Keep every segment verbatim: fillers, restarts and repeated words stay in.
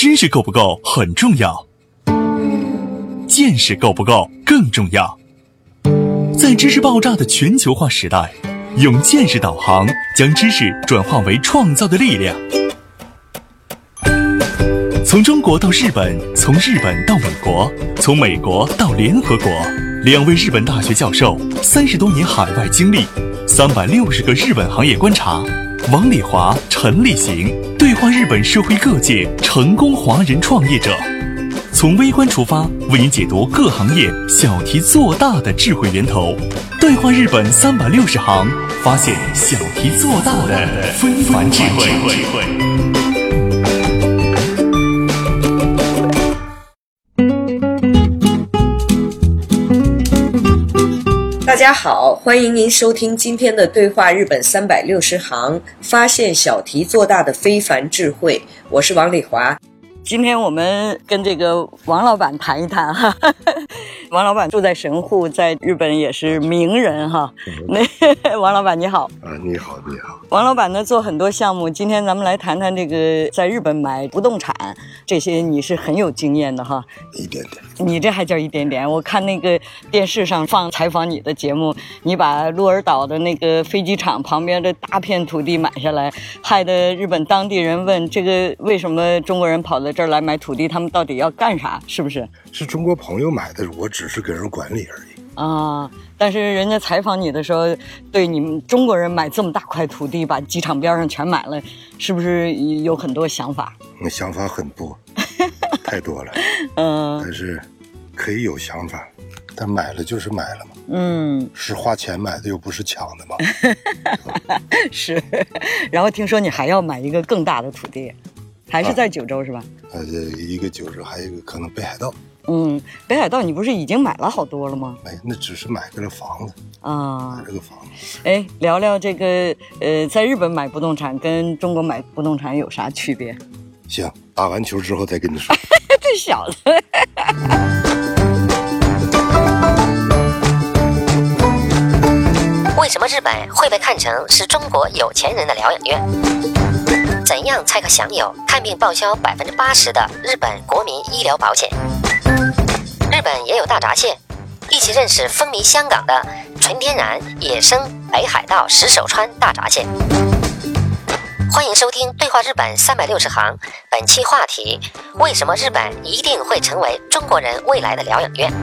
知识够不够很重要，见识够不够更重要。在知识爆炸的全球化时代，用见识导航，将知识转化为创造的力量。从中国到日本，从日本到美国，从美国到联合国，两位日本大学教授，三十多年海外经历，三百六十个日本行业观察。王礼华、陈立行对话日本社会各界成功华人创业者，从微观出发，为您解读各行业小题做大的智慧源头。对话日本三百六十行，发现小题做大的非凡智慧。 大家好，欢迎您收听今天的对话日本三百六十行，发现小题做大的非凡智慧。我是王礼华。今天我们跟这个王老板谈一谈哈，王老板住在神户，在日本也是名人哈。那王老板你好。 啊，你好，你好。 王老板呢做很多项目，今天咱们来谈谈这个在日本买不动产，这些你是很有经验的哈。 一点点。 你这还叫一点点？我看那个电视上放采访你的节目，你把鹿儿岛的那个飞机场旁边的大片土地买下来，害得日本当地人问这个为什么中国人跑到这儿来买土地，他们到底要干啥？是不是？ 是中国朋友买的，我只是给人管理而已。 啊，但是人家采访你的时候，对你们中国人买这么大块土地，把机场边上全买了，是不是有很多想法？ 那想法很多，太多了。 嗯， 但是可以有想法，但买了就是买了嘛。 嗯， 是花钱买的，又不是抢的嘛。 是。然后听说你还要买一个更大的土地，还是在九州、啊、是吧？ 呃，一个九州，还有一个可能北海道。 嗯，北海道你不是已经买了好多了吗？ 哎，那只是买个了房子啊， 买了个房子。 哎，聊聊这个呃，在日本买不动产跟中国买不动产有啥区别？ 行，打完球之后再跟你说。 这小子。 为什么日本会被看成是中国有钱人的疗养院？怎样才可享有看病报销百分之八十的日本国民医疗保险？日本也有大闸蟹，一起认识风靡香港的纯天然野生北海道石手川大闸蟹。欢迎收听对话日本三百六十行，本期话题：为什么日本一定会成为中国人未来的疗养院？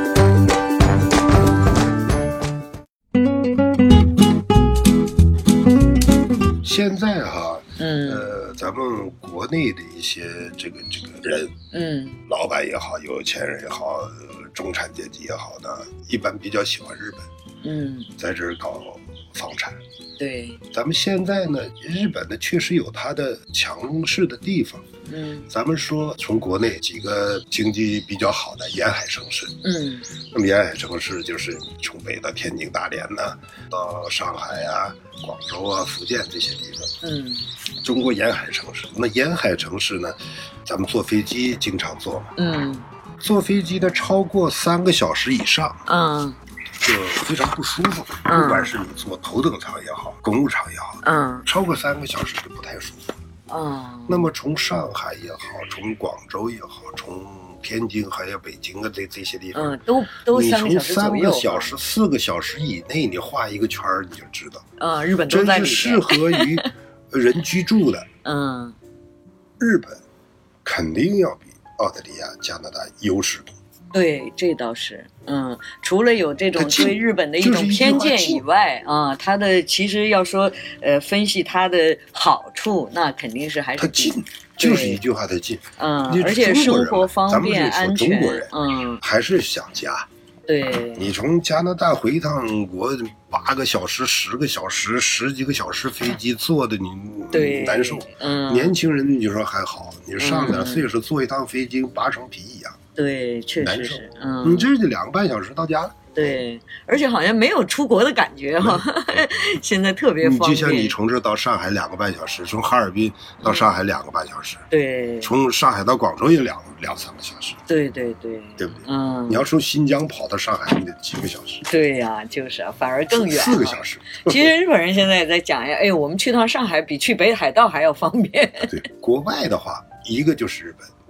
现在哈， 嗯， 呃，咱们国内的一些这个这个人， 嗯， 老板也好，有钱人也好，中产阶级也好呢，一般比较喜欢日本， 嗯， 在这儿搞房产。 对， 咱们现在呢，日本呢确实有它的强势的地方。 嗯， 咱们说从国内几个经济比较好的沿海城市， 嗯， 那么沿海城市就是从北到天津、大连呢，到上海啊、广州啊、福建这些地方， 嗯， 中国沿海城市。那沿海城市呢，咱们坐飞机经常坐嘛， 嗯， 坐飞机的超过三个小时以上， 嗯， 就非常不舒服。 嗯， 不管是你坐头等舱也好，公务舱也好， 嗯， 超过三个小时就不太舒服。 哦， 那么从上海也好，从广州也好，从天津还有北京啊这这些地方， 嗯，都都你三个从三小时左右， 个小时、四个小时以内，你画一个圈儿，你就知道， 啊、嗯，日本都在里面， 真是适合于人居住的。 嗯， 日本肯定要比澳大利亚、加拿大优势多。 对，这倒是，嗯，除了有这种对日本的一种偏见以外，啊、嗯，它的其实要说，呃，分析它的好处，那肯定是还是它近，就是一句话，它近， 嗯，而且生活方便、安全， 中国人， 嗯， 还是想家。 对， 你从加拿大回一趟国，八个小时、十个小时、十几个小时飞机坐的你对难受。 嗯， 年轻人你说还好，你上点岁数坐一趟飞机拔成皮一样。 对，确实是，嗯， 你这就两个半小时到家了。 对，而且好像没有出国的感觉哈、哦，现在特别方便。 就像你从这到上海两个半小时，从哈尔滨到上海两个半小时， 对， 从上海到广州也两两三个小时， 对对对， 对不对？ 嗯， 你要从新疆跑到上海，你得几个小时。 对呀、啊，就是啊，反而更远， 四个小时。 其实日本人现在也在讲呀，哎，我们去趟上海比去北海道还要方便。 对，国外的话，一个就是日本，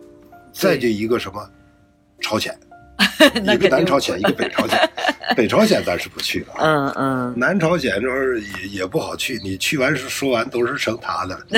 再就一个什么朝鲜，一个南朝鲜，一个北朝鲜。北朝鲜咱是不去了， 嗯嗯， 南朝鲜这儿也也不好去，你去完是说完都是成他的了。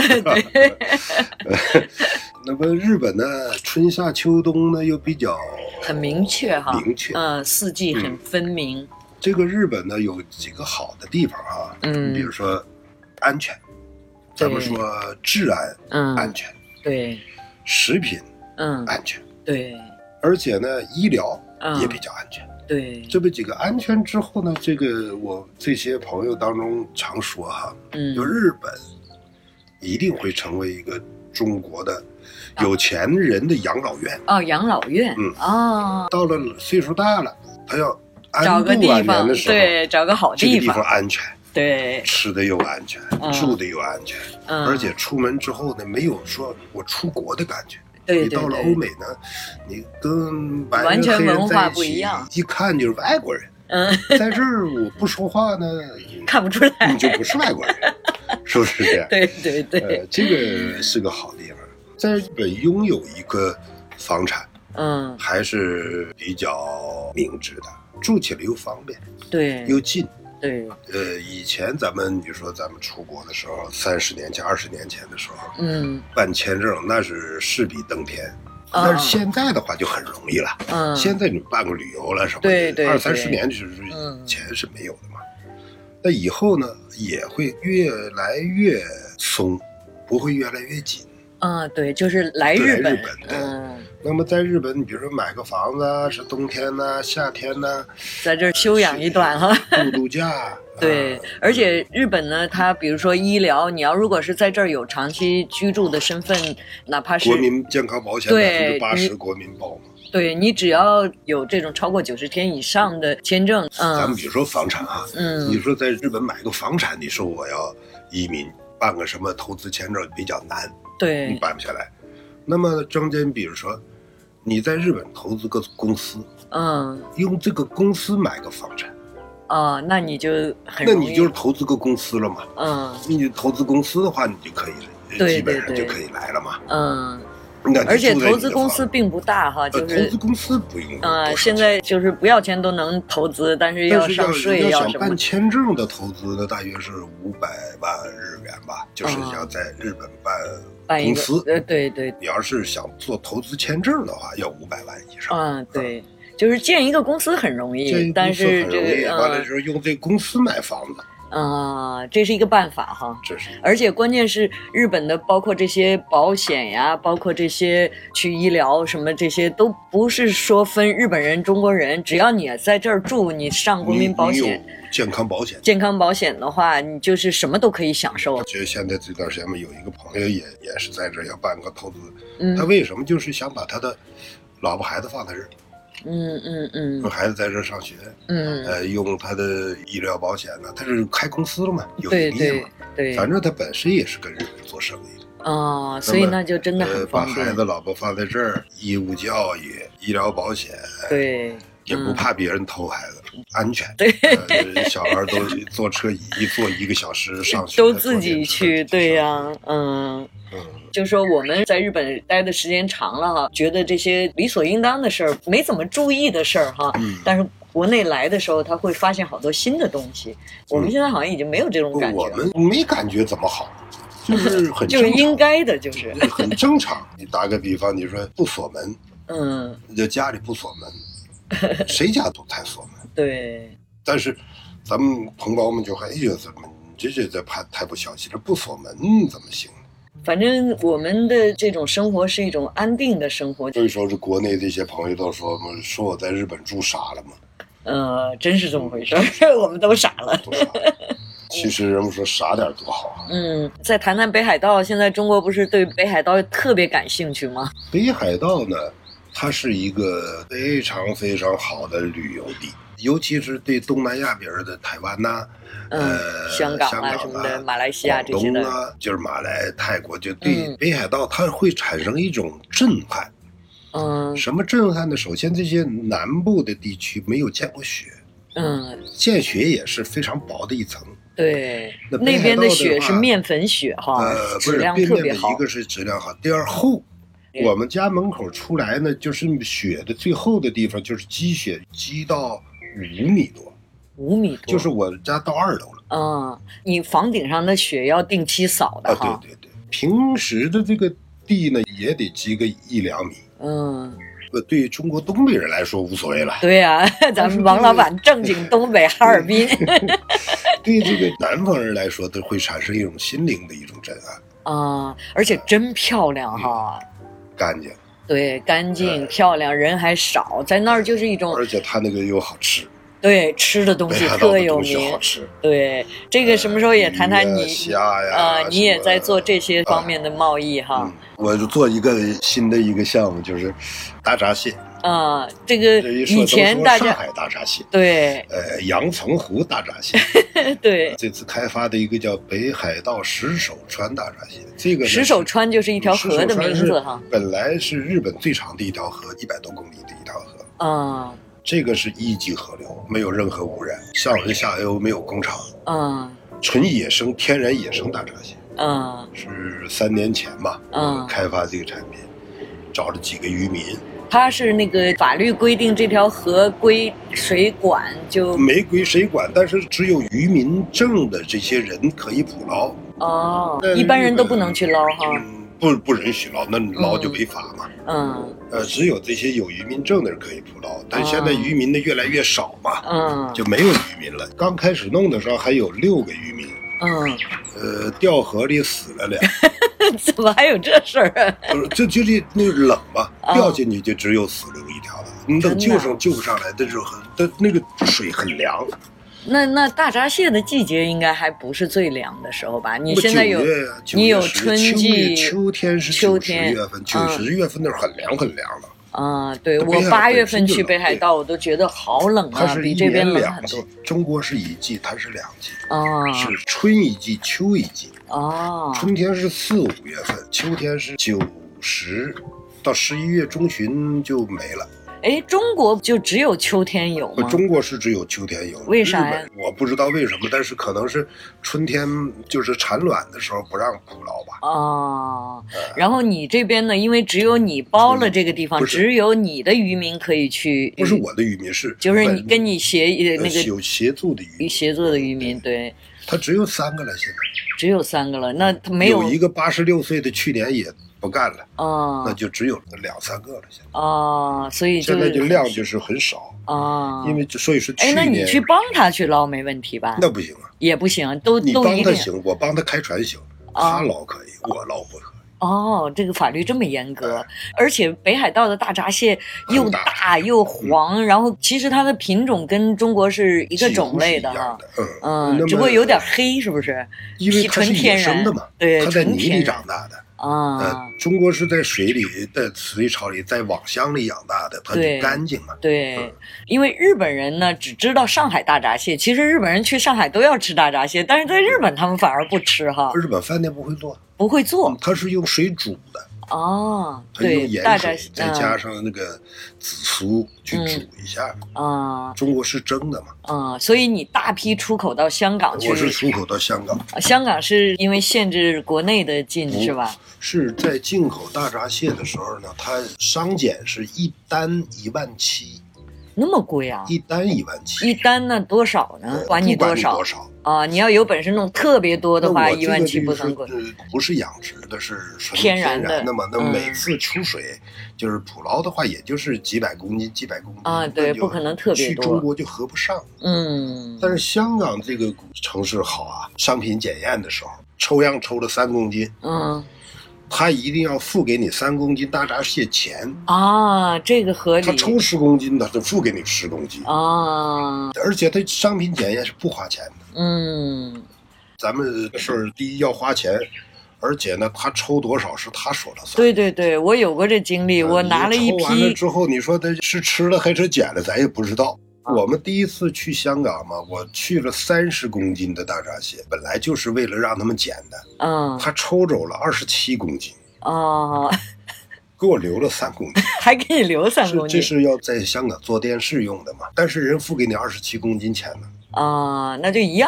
那么日本呢，春夏秋冬呢又比较很明确哈， 明确， 嗯，四季很分明。嗯、 这个日本呢有几个好的地方啊，嗯，比如说安全，咱们说治安，嗯，安全， 对， 食品，嗯，安全， 对， 而且呢医疗也比较安全。嗯对， 这么几个安全之后呢，这个我这些朋友当中常说哈，嗯，就日本一定会成为一个中国的有钱人的养老院。 哦，养老院，嗯，哦， 到了岁数大了，他要找个地方，对，找个好地方， 这个地方安全， 对， 吃的又安全，嗯、住的又安全，嗯，而且出门之后呢，没有说我出国的感觉。 对你到了欧美呢，你跟白人完全文化不一样， 一看就是外国人。嗯，在这儿我不说话呢， 看不出来， 你就不是外国人，是不是这样？ 对对对、 呃，这个是个好地方。在日本拥有一个房产，嗯，还是比较明智的，住起来又方便， 对， 又近。 对， 呃，以前咱们你说咱们出国的时候，三十年前、二十年前的时候， 嗯， 办签证那是势比登天。哦、但是现在的话就很容易了。嗯，现在你办个旅游了什么的， 对对对， 二三十年就是钱是没有的嘛。那、嗯、以后呢，也会越来越松，不会越来越紧。 嗯，对，就是来日本。 来日本的。嗯。那么在日本，你比如说买个房子啊，是冬天呢、啊、夏天呢、啊， 在这儿休养一段哈， 度度假。 对，啊、而且日本呢，它比如说医疗，你要如果是在这儿有长期居住的身份，哪怕是国民健康保险百分之八十国民保嘛。 对，你只要有这种超过九十天以上的签证，嗯， 咱们比如说房产啊，嗯，你说在日本买个房产，你说我要移民办个什么投资签证比较难， 对， 你办不下来。那么中间比如说你在日本投资个公司，嗯，用这个公司买个房产， 哦，那你就很那你就是投资个公司了嘛， 嗯， 你投资公司的话，你就可以， 对对对， 基本上就可以来了嘛， 嗯。而且投资公司并不大哈，就是、 呃、投资公司不用啊、呃，现在就是不要钱都能投资，但是要上税要什么？想办签证的投资呢，大约是五百万日元吧，就是要在日本办公司。 呃，对对。 你要是想做投资签证的话，要五百万以上。 嗯，对，就是建一个公司很容易，但是这个完了之后用这公司买房子。 啊、呃，这是一个办法哈， 这是， 而且关键是日本的，包括这些保险呀，包括这些去医疗什么这些，都不是说分日本人、中国人，只要你在这儿住，你上国民保险、 健康保险、 健康保险的话，你就是什么都可以享受。 就现在这段时间嘛，有一个朋友也也是在这儿要办个投资，嗯，他为什么就是想把他的老婆孩子放在这儿？ 嗯嗯嗯， 孩子在这上学，嗯，呃，用他的医疗保险呢，他是开公司了嘛，有盈利嘛， 对对对， 反正他本身也是跟日本做生意的， 哦，所以那就真的很方便。 呃、把孩子、老婆放在这儿，义务教育、医疗保险， 对， 也不怕别人偷孩子，嗯、安全。 对、 呃，小孩都坐车一坐一个小时上学， 都自己去，对呀、啊，嗯。嗯，就说我们在日本待的时间长了哈，觉得这些理所应当的事儿，没怎么注意的事儿哈，嗯，但是国内来的时候，他会发现好多新的东西。我们现在好像已经没有这种感觉了。 我们没感觉怎么好，就是很就是应该的，就是很正常。你打个比方，你说不锁门， 嗯， 就家里不锁门，谁家都太锁门。 对。 但是咱们同胞们就还哎呀，怎么这这这太太不小气了，不锁门怎么行？ 反正我们的这种生活是一种安定的生活。 所以说是国内这些朋友都说说我在日本住傻了嘛。 呃，真是这么回事，我们都傻了。 都傻了。其实人们说傻点多好啊。 嗯，再谈谈北海道，现在中国不是对北海道特别感兴趣吗？ 北海道呢，它是一个非常非常好的旅游地，尤其是对东南亚边的台湾呐、啊。 嗯， 呃， 香港啊什么的，马来西亚这些的， 啊，就是马来、泰国，就对北海道它会产生一种震撼。 嗯， 什么震撼呢？首先，这些南部的地区没有见过雪， 嗯， 见雪也是非常薄的一层。 对， 那边的雪是面粉雪哈， 呃， 质量特别好。 一个是质量好，第二厚。 我们家门口出来呢，就是雪的最厚的地方，就是积雪积到五米多， 五米多， 就是我家到二楼了。 嗯，你房顶上的雪要定期扫的哈。 啊，对对对，平时的这个地呢，也得积个一两米。 嗯。 呃，对于中国东北人来说无所谓了。 对呀、啊，咱们王老板正经东北哈尔滨。 对这个南方人来说，都会产生一种心灵的一种震撼啊，而且真漂亮哈， 嗯、干净。 对，干净、嗯、漂亮，人还少，在那儿就是一种， 而且它那个又好吃。 对，吃的东西特有名。 好吃。 对，这个什么时候也谈谈你虾呀？ 呃，你也在做这些方面的贸易哈。 嗯、我就做一个新的一个项目，就是大闸蟹。 啊，这个以前大家上海大闸蟹， 对， 呃，阳澄湖大闸蟹， 对， 这次开发的一个叫北海道石首川大闸蟹，这个石首川就是一条河的名字哈， 本来是日本最长的一条河，一百多公里的一条河， 啊、嗯， 这个是一级河流，没有任何污染，上文下游没有工厂， 嗯， 纯野生天然野生大闸蟹， 嗯， 是三年前吧，嗯，开发这个产品，找了几个渔民。 他是那个法律规定这条河归谁管就没归谁管，但是只有渔民证的这些人可以捕捞。 哦，一般人都不能去捞哈。 嗯，不不允许捞，那捞就违法嘛。 嗯。 呃，只有这些有渔民证的人可以捕捞，但现在渔民的越来越少嘛， 嗯， 就没有渔民了。刚开始弄的时候还有六个渔民。 嗯， 呃，掉河里死了俩。 怎么还有这事儿啊？ 不是，这就是那个冷嘛，掉进去就只有死路一条了。你等救上救不上来，但是很，但那个水很凉。 那那大闸蟹的季节应该还不是最凉的时候吧？你现在有， 啊、 你有春季， 秋天是秋天月份，九十月份那很凉很凉了。 啊、嗯，对，我八月份去北海道，我都觉得好冷啊，比这边冷很多。 中国是一季，它是两季， 啊， 是春一季，秋一季。 哦， 春天是四五月份，秋天是九十到十一月中旬就没了。 哎，中国就只有秋天有吗？ 中国是只有秋天有， 为啥呀？ 我不知道为什么，但是可能是春天就是产卵的时候不让捕捞吧。 哦，呃、然后你这边呢，因为只有你包了这个地方，只有你的渔民可以去。 不是我的渔民，是就是你跟你协那个有协作的渔民， 协作的渔民，对。 他只有三个了，现在只有三个了，那他没有有一个八十六岁的，去年也不干了， 哦， 那就只有两三个了，现在哦，所以就现在就量就是很少哦， 因为所以说去年，哎，那你去帮他去捞没问题吧？ 那不行啊， 也不行，都你都帮他行，我帮他开船行，他捞可以，我捞不可以。 哦，这个法律这么严格，而且北海道的大闸蟹又大又黄，然后其实它的品种跟中国是一个种类的哈，嗯，只不过有点黑，是不是？ 因为它是野生的嘛， 对， 它在泥里长大的啊。 呃，中国是在水里、在水草里、在网箱里养大的，它就干净嘛。 对，因为日本人呢只知道上海大闸蟹，其实日本人去上海都要吃大闸蟹，但是在日本他们反而不吃哈。 日本饭店不会做。 不会做， 它是用水煮的哦， 对，盐水再加上那个紫苏去煮一下啊。 中国是蒸的嘛， 啊，所以你大批出口到香港去， 我是出口到香港， 香港是因为限制国内的进是吧？ 是在进口大闸蟹的时候呢，它商检是一单一万七。 那么贵啊！ 一单一万七， 一单呢多少呢？管你多少？ 多少啊？你要有本事弄特别多的话，一万七不算贵。 不是养殖的，是天然的。那么，那每次出水就是捕捞的话，也就是几百公斤、几百公斤啊，对，不可能特别多。 去中国就合不上。 嗯。 但是香港这个城市好啊，商品检验的时候抽样抽了三公斤。 嗯。 他一定要付给你三公斤大闸蟹钱啊，这个合理。 他抽十公斤的，就付给你十公斤啊， 而且他商品检验是不花钱的。 嗯， 咱们的事儿第一要花钱，而且呢，他抽多少是他说了算。 对对对，我有过这经历，我拿了一批。 抽完了之后，你说他是吃了还是捡了，咱也不知道。我们第一次去香港嘛，我去了三十公斤的大闸蟹，本来就是为了让他们捡的。 嗯， 他抽走了二十七公斤。 哦， 给我留了三公斤， 还给你留三公斤， 这是要在香港做电视用的嘛？但是人付给你二十七公斤钱呢。 啊、呃，那就一样了。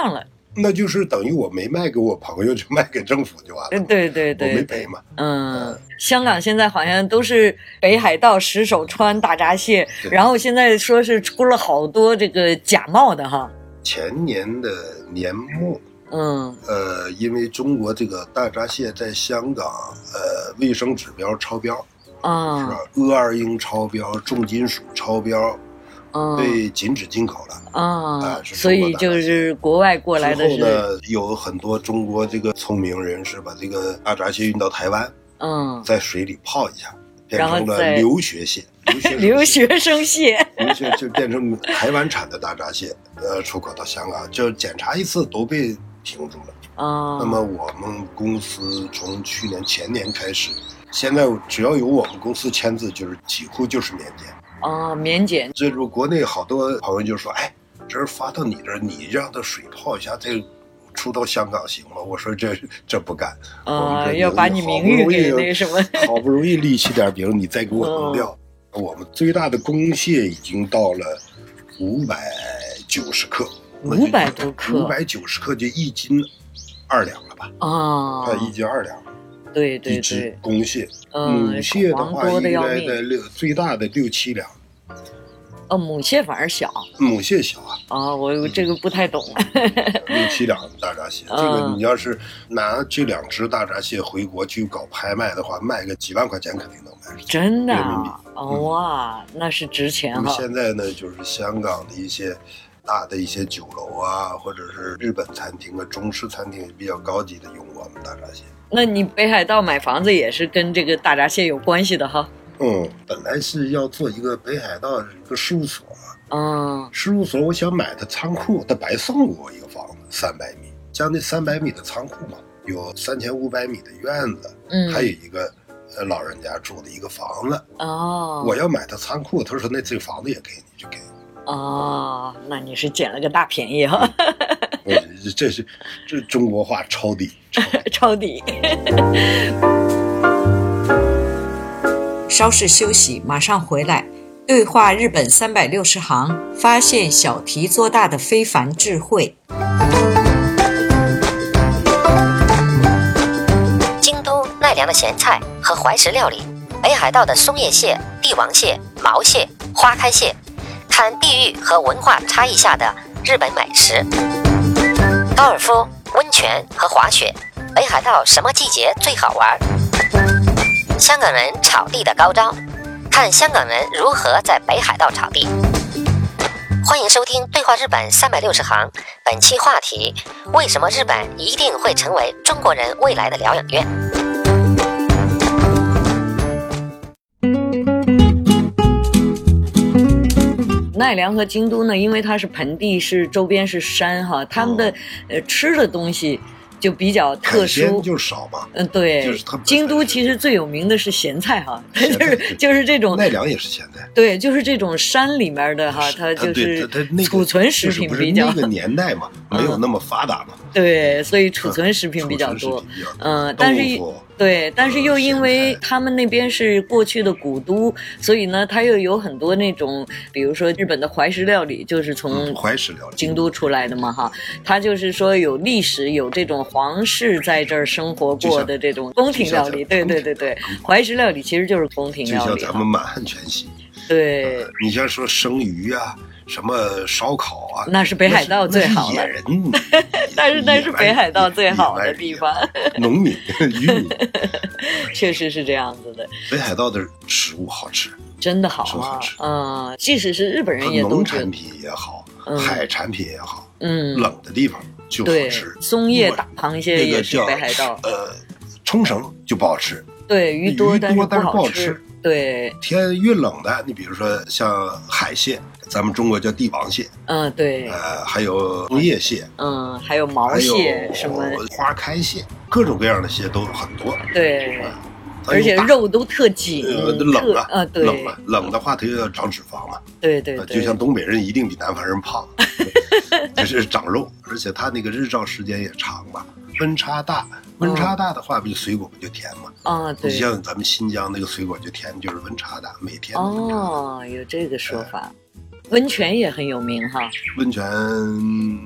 那就是等于我没卖给我朋友，就卖给政府就完了。 对对对， 我没赔嘛。 嗯，香港现在好像都是北海道、石手川、大闸蟹，然后现在说是出了好多这个假冒的哈。 前年的年末， 嗯， 呃，因为中国这个大闸蟹在香港，呃，卫生指标超标， 啊， 是吧？鄂二英超标，重金属超标。 嗯、 被禁止进口了啊， 啊， 所以就是国外过来的是。 之后呢，有很多中国这个聪明人士把这个大闸蟹运到台湾， 嗯， 在水里泡一下，变成了留学蟹， 留学生蟹， 留学就变成台湾产的大闸蟹，呃，出口到香港，就检查一次都被停住了。啊，那么我们公司从去年前年开始，现在只要有我们公司签字，就是几乎就是免检。 哦，免检。 这种国内好多朋友就说：“哎，这是发到你这儿，你让他水泡一下，再出到香港行吗？”我说这：“这这不干。 啊、呃，要把你名誉给那什么， 好不容易立起点名，你再给我弄掉。嗯”我们最大的公蟹已经到了五百九十克， 五百多克， 五百九十克就一斤二两了吧？ 啊， 快一斤二两。 对对对， 一只公蟹， 嗯， 母蟹的话应该在六，最大的六七两。 哦，母蟹反而小。 母蟹小啊。 啊，我这个不太懂。 六七两大闸蟹，这个你要是拿这两只大闸蟹回国去搞拍卖的话，卖个几万块钱肯定能卖出去。 真的啊？哦哇，那是值钱哈。 现在呢，就是香港的一些大的一些酒楼啊，或者是日本餐厅啊、中式餐厅比较高级的用我们大闸蟹。 那你北海道买房子也是跟这个大闸蟹有关系的哈？ 嗯，本来是要做一个北海道一个事务所， 嗯， 事务所我想买的仓库，他白送给我一个房子，三百米，将近三百米的仓库嘛，有三千五百米的院子，嗯，还有一个呃老人家住的一个房子。哦，我要买的仓库，他说那这个房子也给你，就给我。 哦，那你是捡了个大便宜哈。 嗯，这是这中国话抄底， 抄底。稍事休息，马上回来。对话日本三百六十行，发现小题做大的非凡智慧。 京都奈良的咸菜和怀石料理，北海道的松叶蟹、帝王蟹、毛蟹、花开蟹，看地域和文化差异下的日本美食。高尔夫、温泉和滑雪，北海道什么季节最好玩？香港人炒地的高招，看香港人如何在北海道炒地。欢迎收听对话日本三百六十行，本期话题：为什么日本一定会成为中国人未来的疗养院？ 奈良和京都呢，因为它是盆地，是周边是山哈，他们的呃吃的东西就比较特殊， 就少嘛。 嗯，对。就是京都其实最有名的是咸菜哈，它就是就是这种。 奈良也是咸菜。 对，就是这种山里面的哈，它就是储存食品比较。 那个年代嘛，没有那么发达嘛。 对，所以储存食品比较多。嗯，但是。对，但是又因为他们那边是过去的古都，所以呢，它又有很多那种，比如说日本的怀石料理，就是从怀石料理京都出来的嘛，哈，它就是说有历史，有这种皇室在这儿生活过的这种宫廷料理，对对对对，怀石料理其实就是宫廷料理， 就像咱们满汉全席。 对， 你像说生鱼啊。什么烧烤啊？ 那是北海道最好的。 野人， 但是那是北海道最好的地方。 农民、渔民， 确实是这样子的。 北海道的食物好吃， 真的好啊！嗯，即使是日本人也都农产品也好， 嗯、 海产品也好， 嗯， 冷的地方就好吃。 松叶大螃蟹也是北海道。 那个、呃，冲绳就不好吃。 对，鱼多但是不好吃。 对， 天越冷的，你比如说像海蟹。咱们中国叫帝王蟹， 嗯，对， 呃，还有枫叶蟹， 嗯，还有毛蟹，什么花开蟹，各种各样的蟹都很多， 对，嗯、而且肉都特紧， 呃，冷啊， 啊，对， 冷啊，冷的话它就要长脂肪嘛， 对对对， 就像东北人一定比南方人胖，就是长肉，而且它那个日照时间也长嘛，温差大，温差大的话，不就水果不就甜嘛？ 啊，对， 你像咱们新疆那个水果就甜，就是温差大，每天哦，有这个说法。温泉也很有名哈， 温泉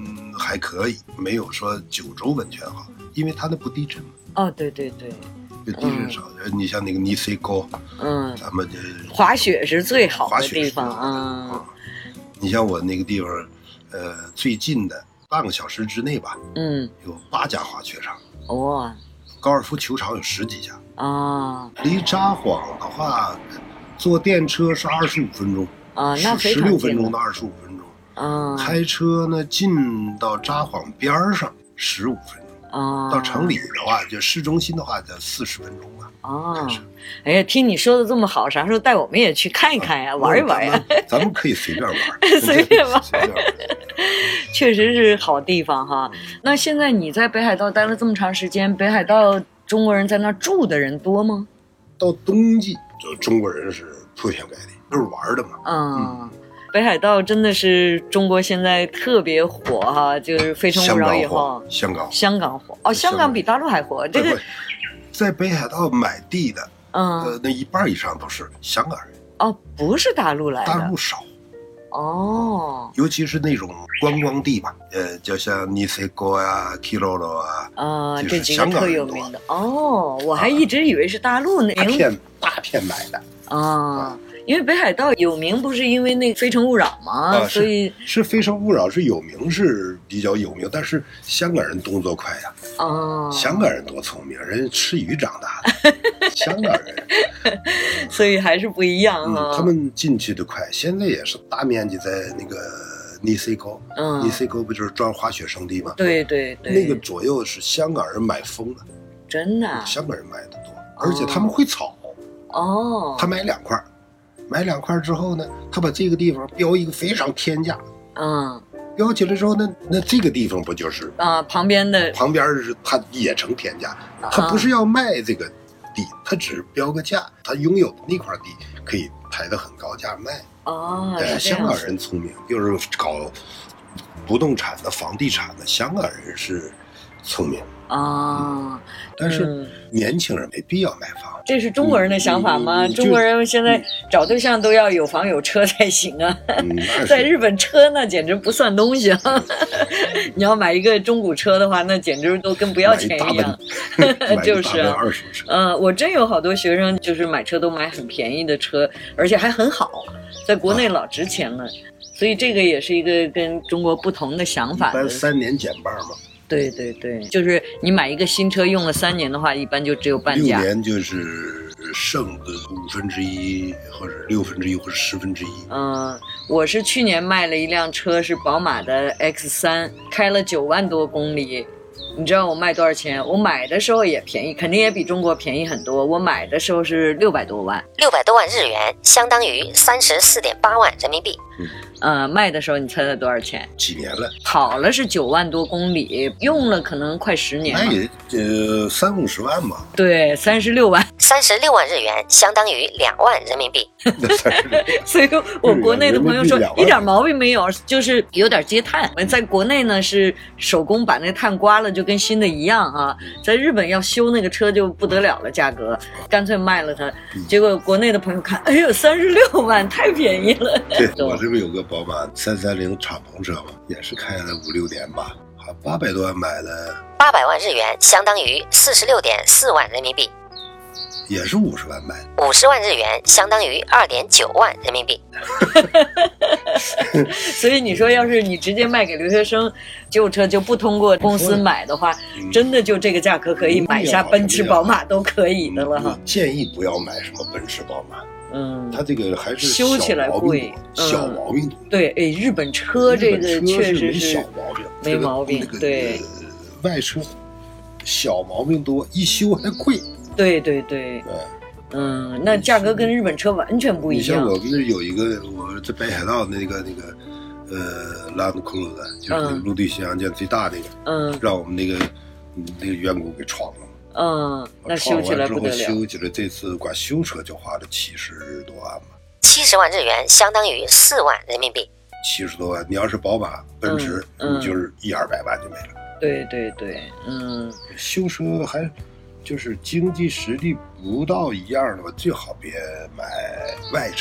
还可以，没有说九州温泉好，因为它那不地震嘛。 哦，对对对， 就地震少。嗯、你像那个尼西沟， 嗯， 咱们这滑雪是最好的地方啊、嗯。 你像我那个地方，呃，最近的半个小时之内吧， 嗯， 有八家滑雪场。 哇、哦， 高尔夫球场有十几家。 啊， 离札幌的话，坐电车是二十五分钟。 啊，那非常近。十六分钟到二十五分钟。 啊， 开车呢进到札幌边上十五分钟。啊，到城里的话，就市中心的话，就四十分钟吧。 啊，哎呀，听你说的这么好，啥时候带我们也去看一看呀，啊、玩一玩呀？ 咱们可以随便玩， 随便玩，确实是好地方哈。那现在你在北海道待了这么长时间，北海道中国人在那住的人多吗？ 到冬季，就中国人是铺天盖地，都是玩的嘛。 嗯。嗯，北海道真的是中国现在特别火哈，就是《非诚勿扰》以后， 香港香港火哦，香港比大陆还火。这个在北海道买地的， 嗯， 呃，那一半以上都是香港人。 哦，不是大陆来的， 大陆少。 哦， 尤其是那种观光地吧，呃，就像尼西沟啊、Kiroro 啊， 啊，这几个特有名的。哦，我还一直以为是大陆那大片大片买的啊。因为北海道有名不是因为那个《非诚勿扰》吗、 啊？ 所以是《非诚勿扰》是有名，是比较有名，但是香港人动作快呀。 哦， 香港人多聪明，人吃鱼长大的，香港人， 所以还是不一样哈、 嗯。他们进去的快，现在也是大面积在那个尼西沟，嗯，尼西沟不就是专滑雪胜地吗？ 对对对， 那个左右是香港人买疯了， 真的、啊， 香港人买的多，而且他们会炒。 哦， 他买两块。买两块之后呢，他把这个地方标一个非常天价， 嗯， 标起来之后呢，那这个地方不就是啊旁边的旁边是他也成天价，他不是要卖这个地，他只标个价，他拥有的那块地可以抬得很高价卖。 哦， 呃，香港人聪明，就是搞不动产的、房地产的，香港人是聪明。 啊、嗯， 但是年轻人没必要买房， 这是中国人的想法吗？中国人现在找对象都要有房有车才行啊。嗯、在日本车那简直不算东西啊！你要买一个中古车的话，那简直都跟不要钱一样。就是啊， 二手车。 嗯、呃，我真有好多学生就是买车都买很便宜的车，而且还很好，在国内老值钱了。啊、所以这个也是一个跟中国不同的想法的。 一般三年减半嘛。 对对对，就是你买一个新车用了三年的话，一般就只有半价。 六年就是剩个五分之一，或者六分之一，或者十分之一。 嗯，我是去年卖了一辆车，是宝马的 X 三，开了九万多公里。你知道我卖多少钱？我买的时候也便宜，肯定也比中国便宜很多。我买的时候是六百多万， 六百多万日元，相当于三十四点八万人民币。 嗯，呃，卖的时候你猜猜多少钱？ 几年了？ 跑了是九万多公里，用了可能快十年了。 那也呃三五十万吧。 对，三十六万。 三十六万日元，相当于两万人民币。 所以我国内的朋友说一点毛病没有，就是有点积碳。在国内呢是手工把那碳刮了，就跟新的一样啊。在日本要修那个车就不得了了，价格干脆卖了它。结果国内的朋友看，哎呦，三十六万太便宜了。 对，我这边有个宝马三三零敞篷车嘛，也是开了五六年吧，好八百多万买了， 八百万日元，相当于四十六点四万人民币。 也是五十万买的，五十万日元相当于二点九万人民币。 所以你说，要是你直接卖给留学生，旧车就不通过公司买的话，嗯、真的就这个价格可以买下奔驰、宝马都可以的了哈。 建议不要买什么奔驰、宝马。 嗯， 它这个还是修起来贵， 小毛病多。 嗯、对，哎，日本车这个确实是小毛病， 没毛病。对， 外车小毛病多，一修还贵。 对对对，嗯，那价格跟日本车完全不一样。 你像我们这有一个，我在北海道那个那个呃 Land Cruiser，就是那个陆地巡洋舰最大那个，嗯，让我们那个那个员工给撞了。 嗯，那修起来不得了。 修起来这次光修车就花了七十多万吧。 七十万日元相当于四万人民币。 七十多万，你要是宝马、奔驰， 嗯嗯、 你就是一二百万就没了。 对对对，嗯， 修车还。就是经济实力不到一样的话，最好别买外车。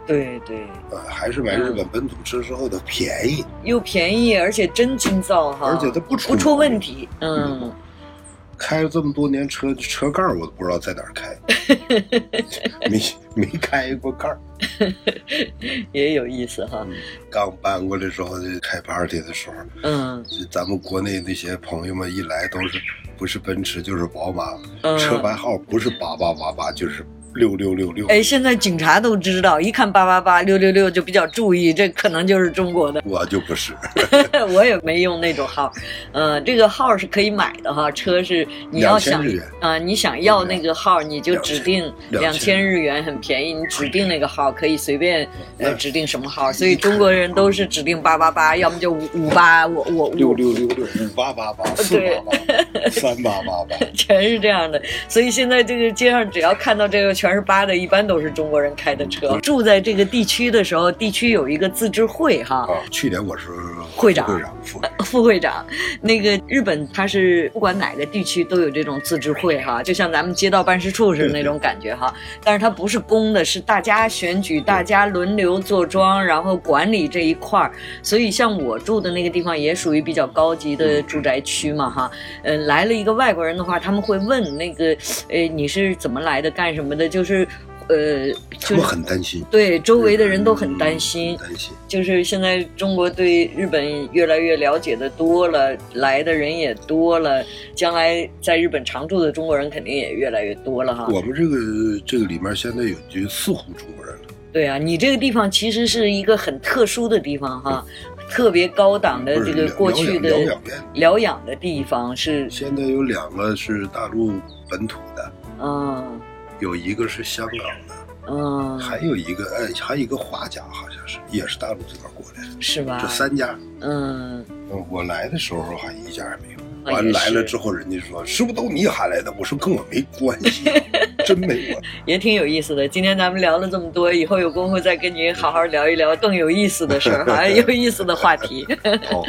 对对， 呃，还是买日本本土车之后的便宜， 又便宜，而且真经造哈， 而且它不出不出问题。嗯， 嗯开了这么多年车，车盖我都不知道在哪儿开，没没开过盖儿， 也有意思哈。 刚搬过来之后开 party 的时候， 嗯， 咱们国内那些朋友们一来都是不是奔驰就是宝马， 嗯、 车牌号不是八八八八就是六六六六。 哎，现在警察都知道，一看八八八六六六就比较注意，这可能就是中国的。 我就不是， 我也没用那种号，呃，这个号是可以买的哈，车是你要想啊、呃，你想要那个号，你就指定两千日元，很便宜，你指定那个号可以随便呃指定什么号，所以中国人都是指定八八八，要么就五五八，我我六六六六五八八八四八八三八八八， 全是这样的。所以现在这个街上只要看到这个全是八的，一般都是中国人开的车。住在这个地区的时候，地区有一个自治会哈。 啊，去年我是会长， 会长副副会长。那个日本它是不管哪个地区都有这种自治会哈，就像咱们街道办事处似的那种感觉哈。但是它不是公的，是大家选举，大家轮流坐庄，然后管理这一块儿。所以像我住的那个地方也属于比较高级的住宅区嘛哈。嗯、呃，来了一个外国人的话，他们会问那个，呃，你是怎么来的，干什么的，就是。呃， 他们很担心， 对周围的人都很担心， 担心。 就是现在中国对日本越来越了解的多了，来的人也多了，将来在日本常住的中国人肯定也越来越多了哈。 我们这个这个里面现在有就四户中国人了。 对啊，你这个地方其实是一个很特殊的地方哈，特别高档的这个过去的疗养疗养的地方是。 现在有两个是大陆本土的， 嗯。 有一个是香港的， 嗯， 还有一个哎，还有一个华家，好像是也是大陆这边过来的， 是吧？ 这三家， 嗯， 我来的时候还一家也没有，完来了之后，人家说是不是都你喊来的？我说跟我没关系、啊，真没关系。 也挺有意思的。今天咱们聊了这么多，以后有功夫再跟你好好聊一聊更有意思的事儿，还有意思的话题。 好，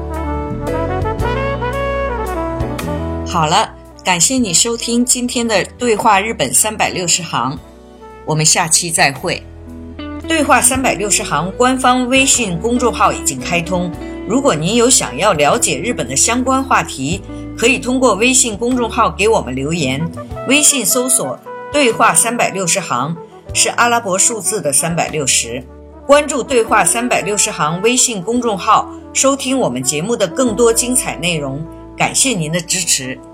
好了。感谢你收听今天的对话日本三百六十行，我们下期再会。对话三百六十行官方微信公众号已经开通，如果您有想要了解日本的相关话题，可以通过微信公众号给我们留言。微信搜索对话三百六十行，是阿拉伯数字的三百六十。关注对话三百六十行微信公众号，收听我们节目的更多精彩内容。感谢您的支持。